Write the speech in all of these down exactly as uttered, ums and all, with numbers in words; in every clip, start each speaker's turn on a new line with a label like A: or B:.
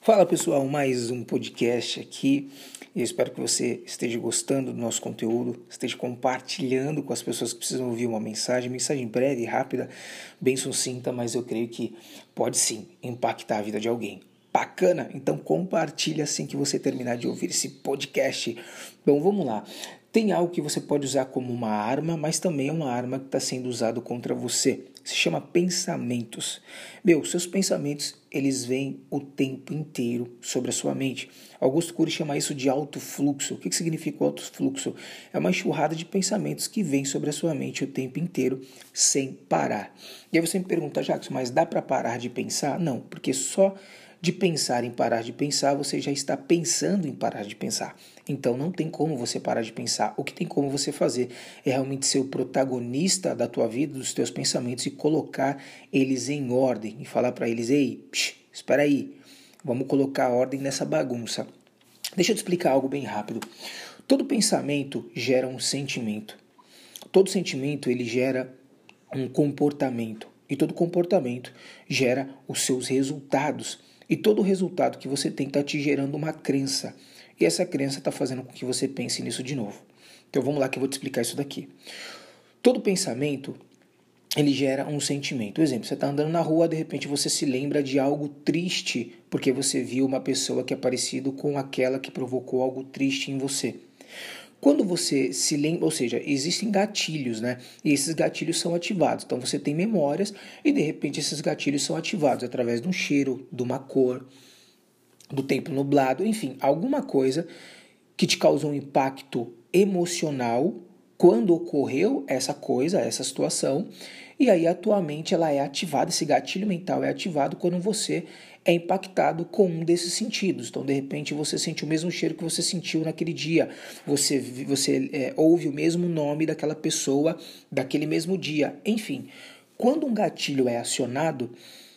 A: Fala pessoal, mais um podcast aqui. Eu espero que você esteja gostando do nosso conteúdo, esteja compartilhando com as pessoas que precisam ouvir uma mensagem, mensagem breve, rápida, bem sucinta, mas eu creio que pode sim impactar a vida de alguém. Bacana? Então compartilha assim que você terminar de ouvir esse podcast. Bom, vamos lá. Tem algo que você pode usar como uma arma, mas também é uma arma que está sendo usada contra você. Se chama pensamentos. Meu, seus pensamentos, eles vêm o tempo inteiro sobre a sua mente. Augusto Cury chama isso de alto fluxo. O que significa o alto fluxo? É uma enxurrada de pensamentos que vem sobre a sua mente o tempo inteiro, sem parar. E aí você me pergunta, Jackson, mas dá para parar de pensar? Não, porque só de pensar em parar de pensar, você já está pensando em parar de pensar. Então não tem como você parar de pensar. O que tem como você fazer é realmente ser o protagonista da tua vida, dos teus pensamentos e colocar eles em ordem e falar para eles, ei, psh, espera aí, vamos colocar ordem nessa bagunça. Deixa eu te explicar algo bem rápido. Todo pensamento gera um sentimento. Todo sentimento ele gera um comportamento e todo comportamento gera os seus resultados. E todo resultado que você tem está te gerando uma crença. E essa crença está fazendo com que você pense nisso de novo. Então vamos lá que eu vou te explicar isso daqui. Todo pensamento, ele gera um sentimento. Por exemplo, você está andando na rua, de repente você se lembra de algo triste, porque você viu uma pessoa que é parecida com aquela que provocou algo triste em você. Quando você se lembra, ou seja, existem gatilhos, né? E esses gatilhos são ativados. Então você tem memórias e de repente esses gatilhos são ativados através de um cheiro, de uma cor, do tempo nublado, enfim, alguma coisa que te causou um impacto emocional quando ocorreu essa coisa, essa situação. E aí a tua mente ela é ativada, esse gatilho mental é ativado quando você é impactado com um desses sentidos. Então, de repente, você sente o mesmo cheiro que você sentiu naquele dia. Você, você é, ouve o mesmo nome daquela pessoa daquele mesmo dia. Enfim, quando um gatilho é acionado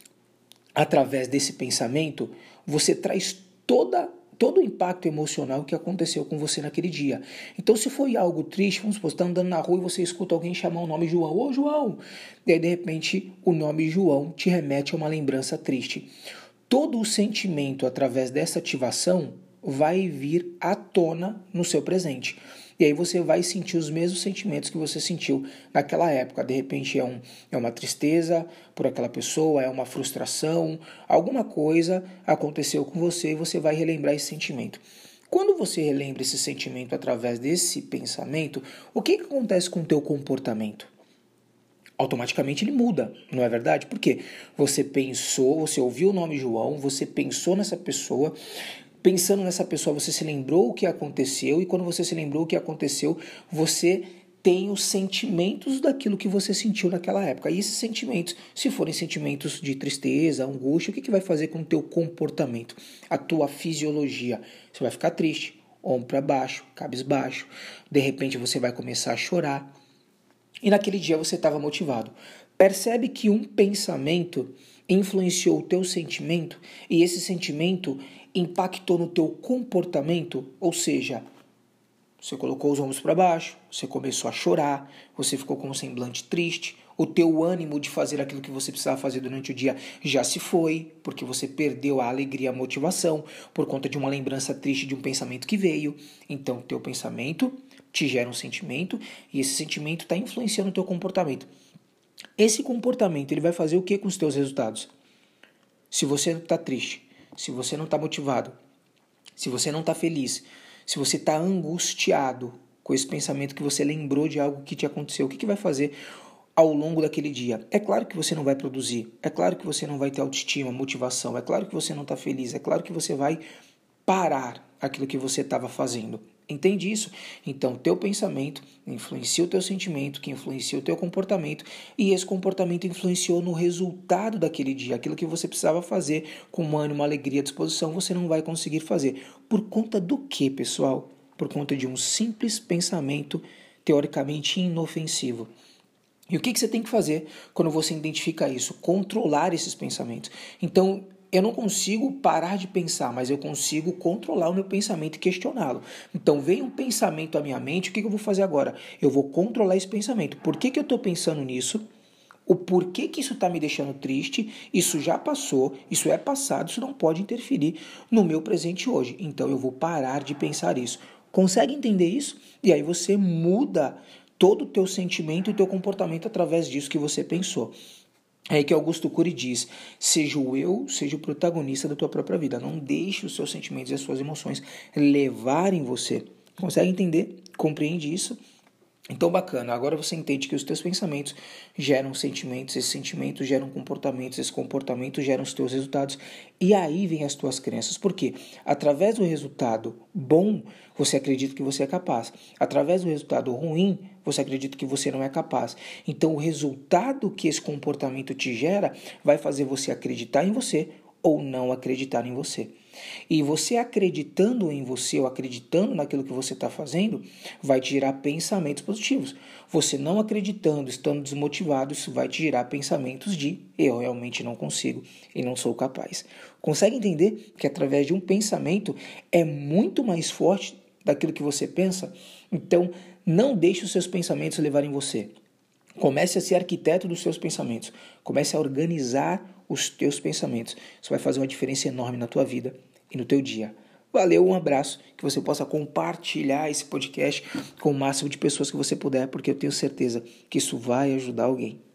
A: através desse pensamento, você traz toda, todo o impacto emocional que aconteceu com você naquele dia. Então, se foi algo triste, vamos supor, você está andando na rua e você escuta alguém chamar o nome João. Ô, João! E aí, de repente, o nome João te remete a uma lembrança triste. Todo o sentimento através dessa ativação vai vir à tona no seu presente. E aí você vai sentir os mesmos sentimentos que você sentiu naquela época. De repente é, um, é uma tristeza por aquela pessoa, é uma frustração, alguma coisa aconteceu com você e você vai relembrar esse sentimento. Quando você relembra esse sentimento através desse pensamento, o que, que acontece com o teu comportamento? Automaticamente ele muda, não é verdade? Porque você pensou, você ouviu o nome João, você pensou nessa pessoa, pensando nessa pessoa você se lembrou o que aconteceu e quando você se lembrou o que aconteceu, você tem os sentimentos daquilo que você sentiu naquela época. E esses sentimentos, se forem sentimentos de tristeza, angústia, o que, que vai fazer com o teu comportamento? A tua fisiologia. Você vai ficar triste, ombro para baixo, cabisbaixo, de repente você vai começar a chorar. E naquele dia você estava motivado. Percebe que um pensamento influenciou o teu sentimento e esse sentimento impactou no teu comportamento, ou seja, você colocou os ombros para baixo, você começou a chorar, você ficou com um semblante triste, o teu ânimo de fazer aquilo que você precisava fazer durante o dia já se foi, porque você perdeu a alegria, a motivação, por conta de uma lembrança triste de um pensamento que veio. Então, o teu pensamento te gera um sentimento e esse sentimento está influenciando o teu comportamento. Esse comportamento ele vai fazer o que com os teus resultados? Se você está triste, se você não está motivado, se você não está feliz, se você está angustiado com esse pensamento que você lembrou de algo que te aconteceu, o que, que vai fazer ao longo daquele dia? É claro que você não vai produzir, é claro que você não vai ter autoestima, motivação, é claro que você não está feliz, é claro que você vai parar aquilo que você estava fazendo. Entende isso? Então, teu pensamento influencia o teu sentimento, que influencia o teu comportamento, e esse comportamento influenciou no resultado daquele dia. Aquilo que você precisava fazer com ânimo, alegria, disposição, você não vai conseguir fazer. Por conta do quê, pessoal? Por conta de um simples pensamento teoricamente inofensivo. E o que, que você tem que fazer quando você identifica isso? Controlar esses pensamentos. Então, eu não consigo parar de pensar, mas eu consigo controlar o meu pensamento e questioná-lo. Então, vem um pensamento à minha mente, o que eu vou fazer agora? Eu vou controlar esse pensamento. Por que, que eu estou pensando nisso? o porquê que isso está me deixando triste, isso já passou, isso é passado, isso não pode interferir no meu presente hoje. Então eu vou parar de pensar isso. Consegue entender isso? E aí você muda todo o teu sentimento e o teu comportamento através disso que você pensou. É aí que Augusto Cury diz, seja o eu, seja o protagonista da tua própria vida. Não deixe os seus sentimentos e as suas emoções levarem você. Consegue entender? Compreende isso? Então, bacana, agora você entende que os teus pensamentos geram sentimentos, esses sentimentos geram comportamentos, esses comportamentos geram os teus resultados, e aí vem as tuas crenças. Por quê? Através do resultado bom, você acredita que você é capaz. Através do resultado ruim, você acredita que você não é capaz. Então, o resultado que esse comportamento te gera vai fazer você acreditar em você ou não acreditar em você. E você acreditando em você ou acreditando naquilo que você está fazendo, vai te gerar pensamentos positivos. Você não acreditando, estando desmotivado, isso vai te gerar pensamentos de eu realmente não consigo e não sou capaz. Consegue entender que através de um pensamento é muito mais forte daquilo que você pensa? Então, não deixe os seus pensamentos levarem você. Comece a ser arquiteto dos seus pensamentos. Comece a organizar os teus pensamentos. Isso vai fazer uma diferença enorme na tua vida e no teu dia. Valeu, um abraço, que você possa compartilhar esse podcast com o máximo de pessoas que você puder, porque eu tenho certeza que isso vai ajudar alguém.